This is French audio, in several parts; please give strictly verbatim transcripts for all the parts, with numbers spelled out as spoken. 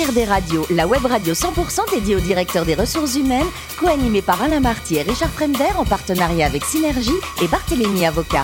H R D Radio, la web radio cent pour cent dédiée au directeur des ressources humaines, co-animée par Alain Marty et Richard Fremder en partenariat avec Synergie et Barthélémy Avocat.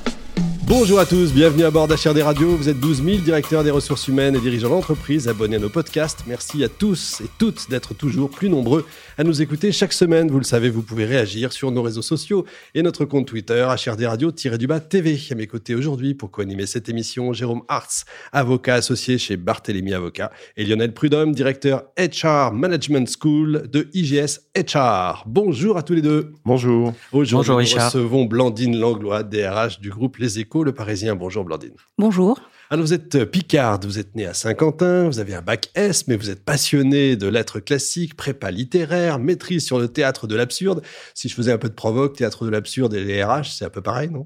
Bonjour à tous, bienvenue à bord d'H R D Radio. Vous êtes douze mille directeurs des ressources humaines et dirigeants d'entreprise abonnés à nos podcasts. Merci à tous et toutes d'être toujours plus nombreux à nous écouter chaque semaine. Vous le savez, vous pouvez réagir sur nos réseaux sociaux et notre compte Twitter, H R D Radio-du-bas T V. À mes côtés aujourd'hui pour co-animer cette émission, Jérôme Hartz, avocat associé chez Barthélémy Avocat, et Lionel Prudhomme, directeur H R Management School de I G S H R. Bonjour à tous les deux. Bonjour. Aujourd'hui, Bonjour, nous Richard. recevons Blandine Langlois, D R H du groupe Les Échos, Le Parisien. Bonjour Blandine. Bonjour. Alors vous êtes picarde, vous êtes née à Saint-Quentin, vous avez un bac S, mais vous êtes passionnée de lettres classiques, prépa littéraire, maîtrise sur le théâtre de l'absurde. Si je faisais un peu de provoque, théâtre de l'absurde et les R H, c'est un peu pareil, non ?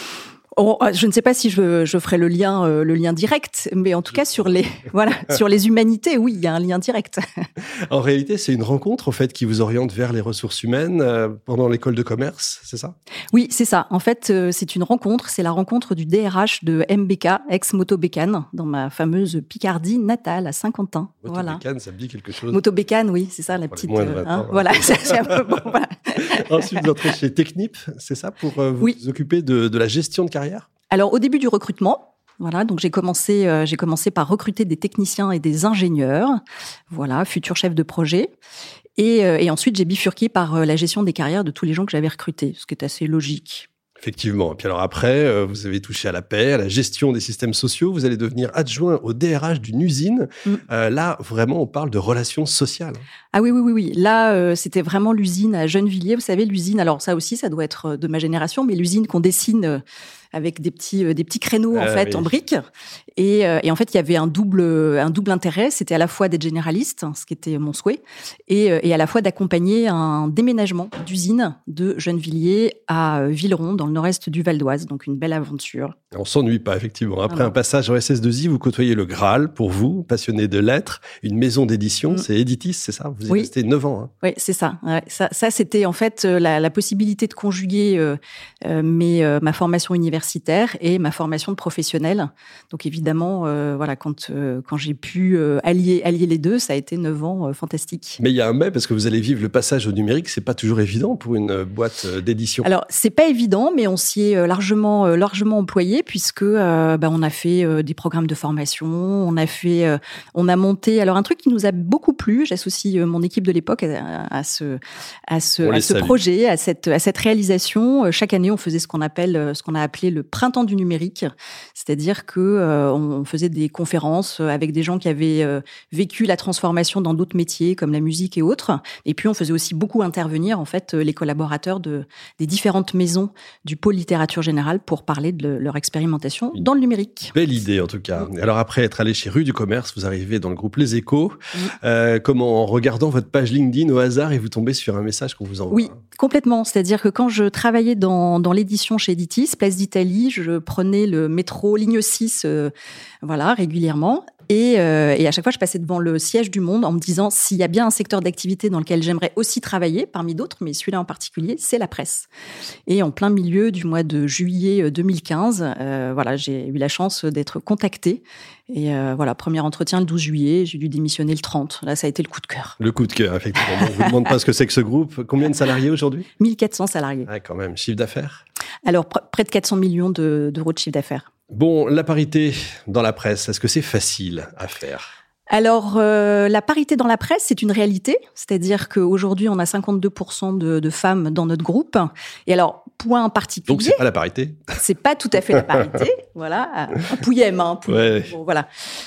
Oh, je ne sais pas si je, je ferai le lien, euh, le lien direct, mais en tout cas sur les, voilà, sur les humanités, oui, il y a un lien direct. En réalité, c'est une rencontre au fait qui vous oriente vers les ressources humaines euh, pendant l'école de commerce, c'est ça ? Oui, c'est ça. En fait, euh, c'est une rencontre. C'est la rencontre du D R H de M B K, ex-Moto Bécane, dans ma fameuse Picardie natale à Saint-Quentin. Moto Voilà. Bécane, ça me dit quelque chose. Moto Bécane, oui, c'est ça, la Pour les petite. moins de euh, vingt hein, ans, voilà, c'est, c'est un peu bon. Voilà. Ensuite, vous entrez chez Technip, c'est ça, pour euh, vous Oui. occuper de, de la gestion de carrière ? Alors, au début du recrutement, voilà, donc j'ai commencé, euh, j'ai commencé par recruter des techniciens et des ingénieurs, voilà, futurs chefs de projet. Et, euh, et ensuite, j'ai bifurqué par euh, la gestion des carrières de tous les gens que j'avais recrutés, ce qui est assez logique. Effectivement. Et puis alors après, euh, vous avez touché à la paix, à la gestion des systèmes sociaux. Vous allez devenir adjoint au D R H d'une usine. Mm. Euh, là, vraiment, on parle de relations sociales. Ah oui, oui, oui, oui. Là, euh, c'était vraiment l'usine à Gennevilliers. Vous savez, l'usine, alors ça aussi, ça doit être de ma génération, mais l'usine qu'on dessine euh, avec des petits, euh, des petits créneaux, en Euh, fait, oui. en briques. Et, euh, et en fait, il y avait un double, un double intérêt. C'était à la fois d'être généraliste, hein, ce qui était mon souhait, et, euh, et à la fois d'accompagner un déménagement d'usine de Gennevilliers à euh, Villeron, dans le nord-est du Val d'Oise. Donc, une belle aventure. On s'ennuie pas, effectivement. Après Ah non. un passage en S S deux I, vous côtoyez le Graal, pour vous, passionné de lettres, une maison d'édition, Mm. c'est Editis, c'est ça ? Vous y Oui. restez neuf ans. Hein. Oui, c'est ça. Ouais, ça, ça, c'était en fait euh, la, la possibilité de conjuguer euh, euh, mes, euh, ma formation universitaire et ma formation de professionnel. Donc évidemment, euh, voilà, quand euh, quand j'ai pu euh, allier allier les deux, ça a été neuf ans euh, fantastiques. Mais il y a un mais, parce que vous allez vivre le passage au numérique, c'est pas toujours évident pour une euh, boîte euh, d'édition. Alors c'est pas évident, mais on s'y est euh, largement euh, largement employé puisque euh, bah, on a fait euh, des programmes de formation, on a fait, euh, on a monté. Alors un truc qui nous a beaucoup plu, j'associe euh, mon équipe de l'époque à, à ce à ce, On à les ce salue. projet, à cette à cette réalisation. Euh, Chaque année, on faisait ce qu'on appelle euh, ce qu'on a appelé le printemps du numérique, c'est-à-dire que euh, on faisait des conférences avec des gens qui avaient euh, vécu la transformation dans d'autres métiers comme la musique et autres. Et puis on faisait aussi beaucoup intervenir en fait les collaborateurs de des différentes maisons du pôle littérature générale pour parler de leur expérimentation dans le numérique. Belle idée, en tout cas. Alors après être allé chez Rue du Commerce, vous arrivez dans le groupe Les Échos. Mm. Euh, comment, en regardant votre page LinkedIn au hasard et vous tombez sur un message qu'on vous envoie. Oui, complètement. C'est-à-dire que quand je travaillais dans, dans l'édition chez Editis, Place d'Italie, je prenais le métro ligne six euh, voilà, régulièrement. Et, euh, et à chaque fois, je passais devant le siège du Monde en me disant s'il y a bien un secteur d'activité dans lequel j'aimerais aussi travailler, parmi d'autres, mais celui-là en particulier, c'est la presse. Et en plein milieu du mois de juillet deux mille quinze, euh, voilà, j'ai eu la chance d'être contactée. Et euh, voilà, premier entretien le douze juillet, j'ai dû démissionner le trente. Là, ça a été le coup de cœur. Le coup de cœur, effectivement. Bon, on vous demande pas ce que c'est que ce groupe. Combien de salariés aujourd'hui ? mille quatre cents salariés. Ah, quand même. Chiffre d'affaires ? Alors, pr- près de quatre cents millions de, d'euros de chiffre d'affaires. Bon, la parité dans la presse, est-ce que c'est facile à faire ? Alors, euh, la parité dans la presse, c'est une réalité. C'est-à-dire qu'aujourd'hui, on a cinquante-deux pour cent de, de femmes dans notre groupe. Et alors, point particulier... Donc, c'est pas la parité ? C'est pas tout à fait la parité. Voilà. Un pouillem, hein. Un pouillem. Ouais. Bon, voilà.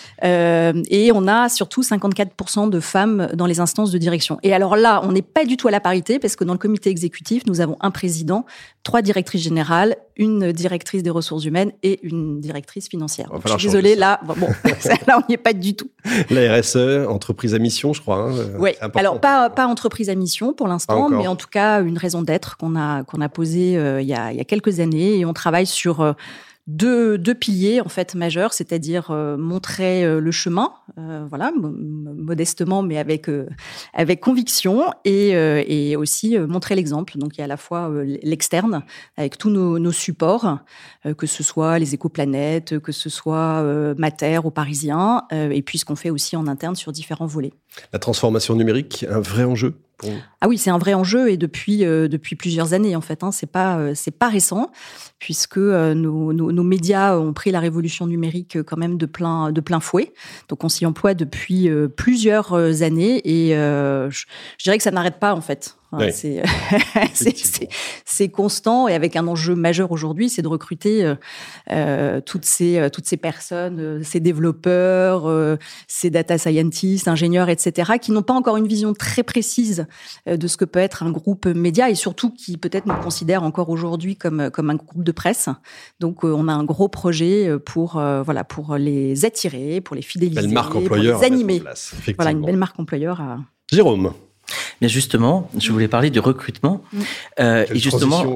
Euh, et on a surtout cinquante-quatre pour cent de femmes dans les instances de direction. Et alors là, on n'est pas du tout à la parité parce que dans le comité exécutif, nous avons un président, trois directrices générales, une directrice des ressources humaines et une directrice financière. Donc, je suis désolée, là, bon, bon là, on n'y est pas du tout. La R S E, entreprise à mission, je crois. Hein, oui, alors pas, pas entreprise à mission pour l'instant, mais en tout cas une raison d'être qu'on a, qu'on a posée euh, il, y a, il y a quelques années et on travaille sur... Euh, deux, deux piliers en fait majeurs, c'est-à-dire euh, montrer euh, le chemin, euh, voilà, m- modestement mais avec euh, avec conviction, et euh, et aussi euh, montrer l'exemple. Donc il y a à la fois euh, l'externe avec tous nos, nos supports, euh, que ce soit les écoplanètes, que ce soit euh, Mater aux Parisiens, euh, et puis ce qu'on fait aussi en interne sur différents volets. La transformation numérique, un vrai enjeu pour vous ? Ah oui, c'est un vrai enjeu, et depuis euh, depuis plusieurs années en fait. Hein, c'est pas euh, c'est pas récent, puisque euh, nos, nos nos médias ont pris la révolution numérique euh, quand même de plein de plein fouet. Donc on s'y emploie depuis euh, plusieurs euh, années, et euh, je, je dirais que ça n'arrête pas en fait. Hein, oui. c'est, c'est, c'est c'est constant, et avec un enjeu majeur aujourd'hui, c'est de recruter euh, euh, toutes ces euh, toutes ces personnes, euh, ces développeurs, euh, ces data scientists, ingénieurs, et cetera, qui n'ont pas encore une vision très précise de ce que peut être un groupe média, et surtout qui peut-être nous considère encore aujourd'hui comme comme un groupe de presse. Donc on a un gros projet pour euh, voilà pour les attirer, pour les fidéliser, belle marque pour employeur les animer. Place, voilà, une belle marque employeur. À... Jérôme. Bien justement, je voulais parler du recrutement. Mmh. Euh, et justement,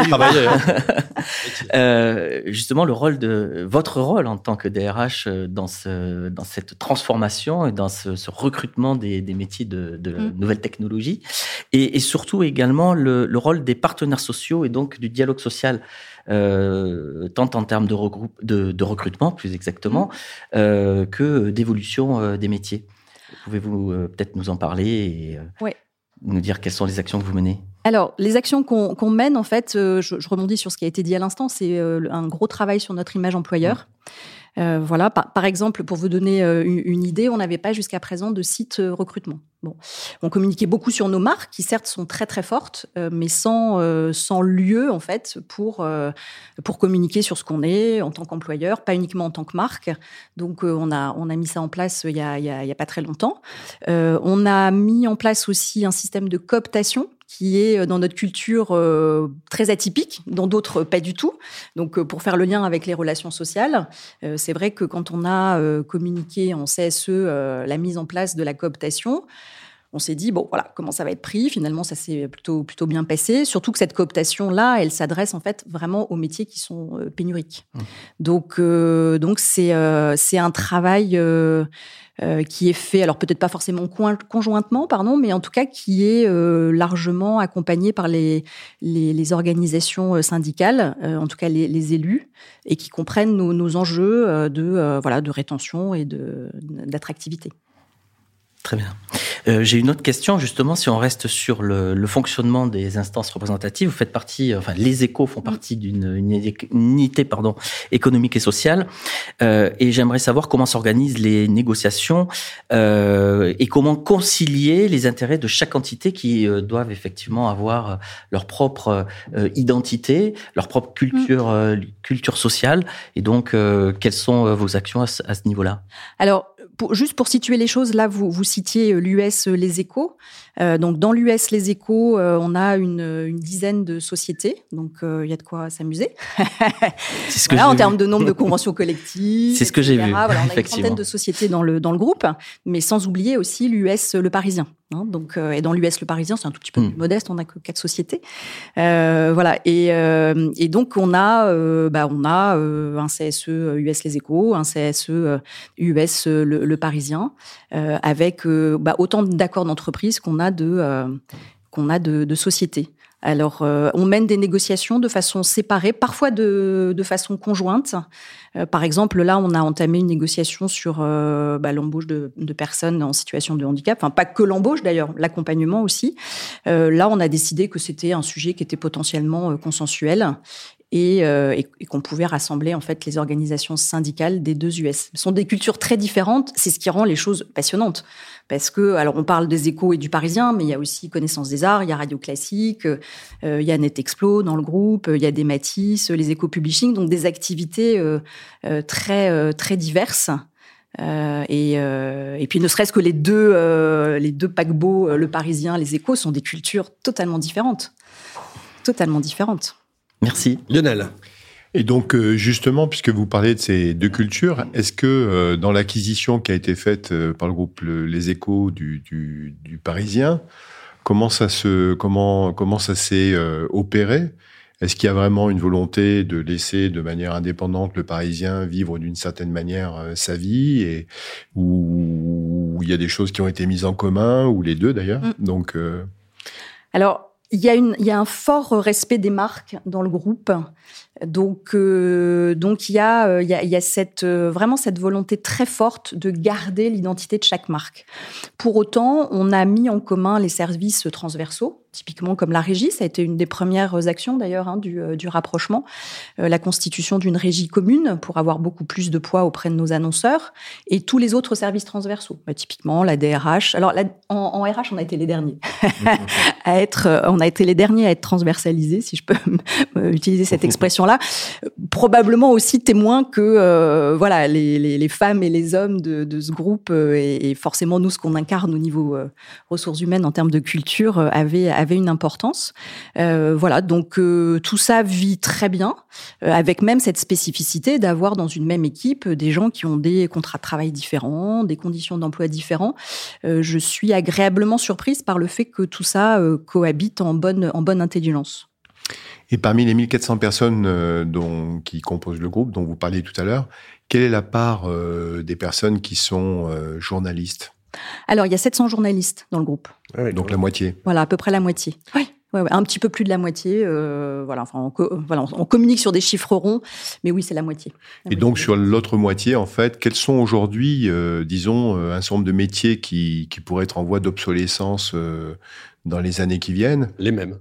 euh, justement le rôle de votre rôle en tant que D R H dans ce dans cette transformation et dans ce, ce recrutement des, des métiers de, de mmh. nouvelles technologies, et, et surtout également le, le rôle des partenaires sociaux et donc du dialogue social. Euh, tant en termes de, regroupe, de, de recrutement, plus exactement, mmh. euh, que d'évolution euh, des métiers. Pouvez-vous euh, peut-être nous en parler et euh, ouais. nous dire quelles sont les actions que vous menez ? Alors, les actions qu'on, qu'on mène, en fait, euh, je, je rebondis sur ce qui a été dit à l'instant, c'est euh, un gros travail sur notre image employeur. Mmh. Euh, voilà, par, par exemple, pour vous donner euh, une, une idée, on n'avait pas jusqu'à présent de site euh, recrutement. Bon, on communiquait beaucoup sur nos marques, qui certes sont très très fortes, euh, mais sans euh, sans lieu en fait pour euh, pour communiquer sur ce qu'on est en tant qu'employeur, pas uniquement en tant que marque. Donc euh, on a on a mis ça en place il y a il y a, il y a pas très longtemps. Euh, on a mis en place aussi un système de cooptation qui est dans notre culture euh, très atypique, dans d'autres pas du tout. Donc, euh, pour faire le lien avec les relations sociales, euh, c'est vrai que quand on a euh, communiqué en C S E euh, la mise en place de la cooptation, on s'est dit, bon, voilà, comment ça va être pris ? Finalement, ça s'est plutôt, plutôt bien passé. Surtout que cette cooptation-là, elle s'adresse en fait vraiment aux métiers qui sont euh, pénuriques. Mmh. Donc, euh, donc c'est, euh, c'est un travail euh, euh, qui est fait, alors peut-être pas forcément coin, conjointement, pardon, mais en tout cas qui est euh, largement accompagné par les, les, les organisations syndicales, euh, en tout cas les, les élus, et qui comprennent nos, nos enjeux euh, de, euh, voilà, de rétention et de, d'attractivité. Très bien. Euh, j'ai une autre question, justement, si on reste sur le, le fonctionnement des instances représentatives. Vous faites partie, enfin, les échos font partie d'une une unité, pardon, économique et sociale. Euh, et j'aimerais savoir comment s'organisent les négociations euh, et comment concilier les intérêts de chaque entité qui euh, doivent effectivement avoir leur propre euh, identité, leur propre culture, euh, culture sociale. Et donc, euh, quelles sont euh, vos actions à ce, à ce niveau-là ? Alors, Pour, juste pour situer les choses, là, vous, vous citiez l'U S Les Échos. Euh, donc, dans l'U S Les Échos, euh, on a une, une dizaine de sociétés. Donc, il euh, y a de quoi s'amuser. C'est ce que voilà, j'ai en termes vu. de nombre de conventions collectives. C'est ce que j'ai vu. Voilà, on a une trentaine de sociétés dans le, dans le groupe, mais sans oublier aussi l'U S Le Parisien. Hein, donc, euh, et dans l'U S Le Parisien, c'est un tout petit peu mmh. plus modeste, on n'a que quatre sociétés. Euh, voilà. Et, euh, et donc, on a, euh, bah, on a euh, un C S E U S Les Échos, un C S E U S Le, le Parisien, euh, avec euh, bah, autant d'accords d'entreprise qu'on a de, euh, qu'on a de, de sociétés. Alors, euh, on mène des négociations de façon séparée, parfois de, de façon conjointe. Euh, par exemple, là, on a entamé une négociation sur euh, bah, l'embauche de, de personnes en situation de handicap. Enfin, pas que l'embauche d'ailleurs, l'accompagnement aussi. Euh, là, on a décidé que c'était un sujet qui était potentiellement euh, consensuel. Et, euh, et, et qu'on pouvait rassembler en fait les organisations syndicales des deux U S. Ce sont des cultures très différentes, c'est ce qui rend les choses passionnantes. Parce que, alors on parle des Échos et du Parisien, mais il y a aussi Connaissance des Arts, il y a Radio Classique, euh, il y a NetExplo dans le groupe, il y a des Matisse, les Échos Publishing, donc des activités euh, euh, très euh, très diverses. Euh, et, euh, et puis ne serait-ce que les deux euh, les deux paquebots, euh, le Parisien, les Échos, sont des cultures totalement différentes, totalement différentes. Merci. Lionel. Et donc, justement, puisque vous parlez de ces deux cultures, est-ce que euh, dans l'acquisition qui a été faite euh, par le groupe le, Les Échos du, du, du Parisien, comment ça, se, comment, comment ça s'est euh, opéré ? Est-ce qu'il y a vraiment une volonté de laisser de manière indépendante le Parisien vivre d'une certaine manière euh, sa vie, et où il y a des choses qui ont été mises en commun, ou les deux d'ailleurs. Mm. Donc, euh... alors. Il y a une, il y a un fort respect des marques dans le groupe. Donc, euh, donc il y a, il y a, il y a cette, vraiment cette volonté très forte de garder l'identité de chaque marque. Pour autant, on a mis en commun les services transversaux, typiquement comme la régie. Ça a été une des premières actions d'ailleurs hein, du, du rapprochement, euh, la constitution d'une régie commune pour avoir beaucoup plus de poids auprès de nos annonceurs, et tous les autres services transversaux. Bah, typiquement la D R H. Alors la, en, en R H, on a été les derniers à être, on a été les derniers à être transversalisés, si je peux utiliser cette expression-là. Probablement aussi témoin que euh, voilà les, les, les femmes et les hommes de, de ce groupe euh, et, et forcément nous ce qu'on incarne au niveau euh, ressources humaines en termes de culture euh, avait avait une importance. Euh, voilà donc euh, tout ça vit très bien euh, avec même cette spécificité d'avoir dans une même équipe des gens qui ont des contrats de travail différents, des conditions d'emploi différents. Euh, je suis agréablement surprise par le fait que tout ça euh, cohabite en bonne en bonne intelligence. Et parmi les mille quatre cents personnes euh, dont, qui composent le groupe, dont vous parliez tout à l'heure, quelle est la part euh, des personnes qui sont euh, journalistes ? Alors, il y a sept cents journalistes dans le groupe. Ah oui, donc la moitié. Voilà, à peu près la moitié. Oui, ouais, ouais, un petit peu plus de la moitié. Euh, voilà, enfin, on, co- voilà, on communique sur des chiffres ronds, mais oui, c'est la moitié. La Et moitié. donc, sur l'autre moitié, en fait, quels sont aujourd'hui, euh, disons, euh, un certain nombre de métiers qui, qui pourraient être en voie d'obsolescence euh, dans les années qui viennent ? Les mêmes.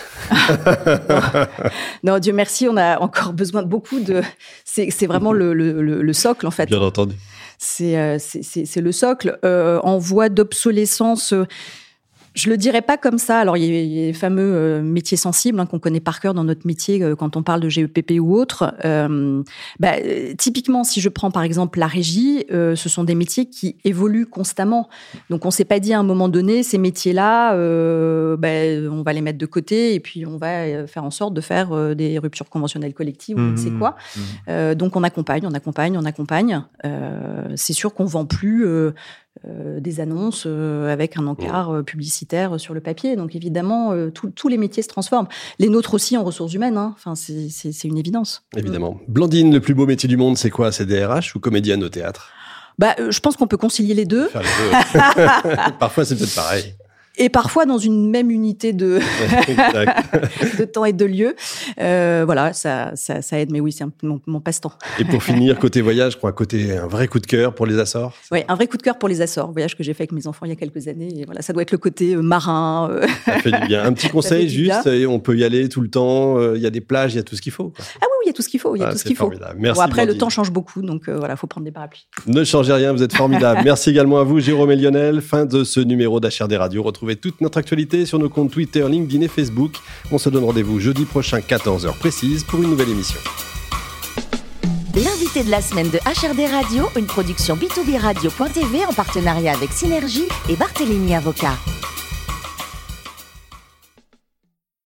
Non, Dieu merci, on a encore besoin de beaucoup de. C'est, c'est vraiment le, le, le, le socle en fait. Bien entendu. C'est, euh, c'est, c'est, c'est le socle euh, en voie d'obsolescence. Euh, Je le dirais pas comme ça. Alors, il y a, il y a les fameux euh, métiers sensibles hein, qu'on connaît par cœur dans notre métier euh, quand on parle de G E P P ou autre. Euh, bah, euh, typiquement, si je prends par exemple la régie, euh, ce sont des métiers qui évoluent constamment. Donc, on s'est pas dit à un moment donné, ces métiers-là, euh, bah, on va les mettre de côté et puis on va faire en sorte de faire euh, des ruptures conventionnelles collectives ou je ne sais quoi. Mmh. Euh, donc, on accompagne, on accompagne, on accompagne. Euh, c'est sûr qu'on vend plus... Euh, Euh, des annonces euh, avec un encart euh, publicitaire sur le papier. Donc évidemment, euh, tout, tous les métiers se transforment. Les nôtres aussi en ressources humaines. Hein. Enfin, c'est, c'est, c'est une évidence. Évidemment. Blandine, le plus beau métier du monde, c'est quoi ? C'est D R H ou comédienne au théâtre ? Bah, euh, je pense qu'on peut concilier les deux. Faire les deux. Parfois, c'est peut-être pareil. Et parfois dans une même unité de, de temps et de lieu. Euh, voilà, ça, ça, ça aide. Mais oui, c'est un, mon, mon passe-temps. Et pour finir, côté voyage, je crois, côté un vrai coup de cœur pour les Açores. Oui, un vrai coup de cœur pour les Açores. Voyage que j'ai fait avec mes enfants il y a quelques années. Et voilà, ça doit être le côté euh, marin. Euh... Ça fait du bien. Un petit conseil, juste, et on peut y aller tout le temps. Il euh, y a des plages, il y a tout ce qu'il faut. Quoi. Ah oui, il y a tout ce qu'il faut. Il y a ah, tout ce qu'il faut. Merci, bon, après, Blandine. le temps change beaucoup, donc euh, voilà, faut prendre des parapluies. Ne changez rien, vous êtes formidables. Merci également à vous, Jérôme et Lionel. Fin de ce numéro d'H R D Radio. Retrouvez toute notre actualité sur nos comptes Twitter, LinkedIn et Facebook. On se donne rendez-vous jeudi prochain, quatorze heures précise, pour une nouvelle émission. L'invité de la semaine de H R D Radio, une production B deux B radio point T V en partenariat avec Synergie et Barthélémy Avocat.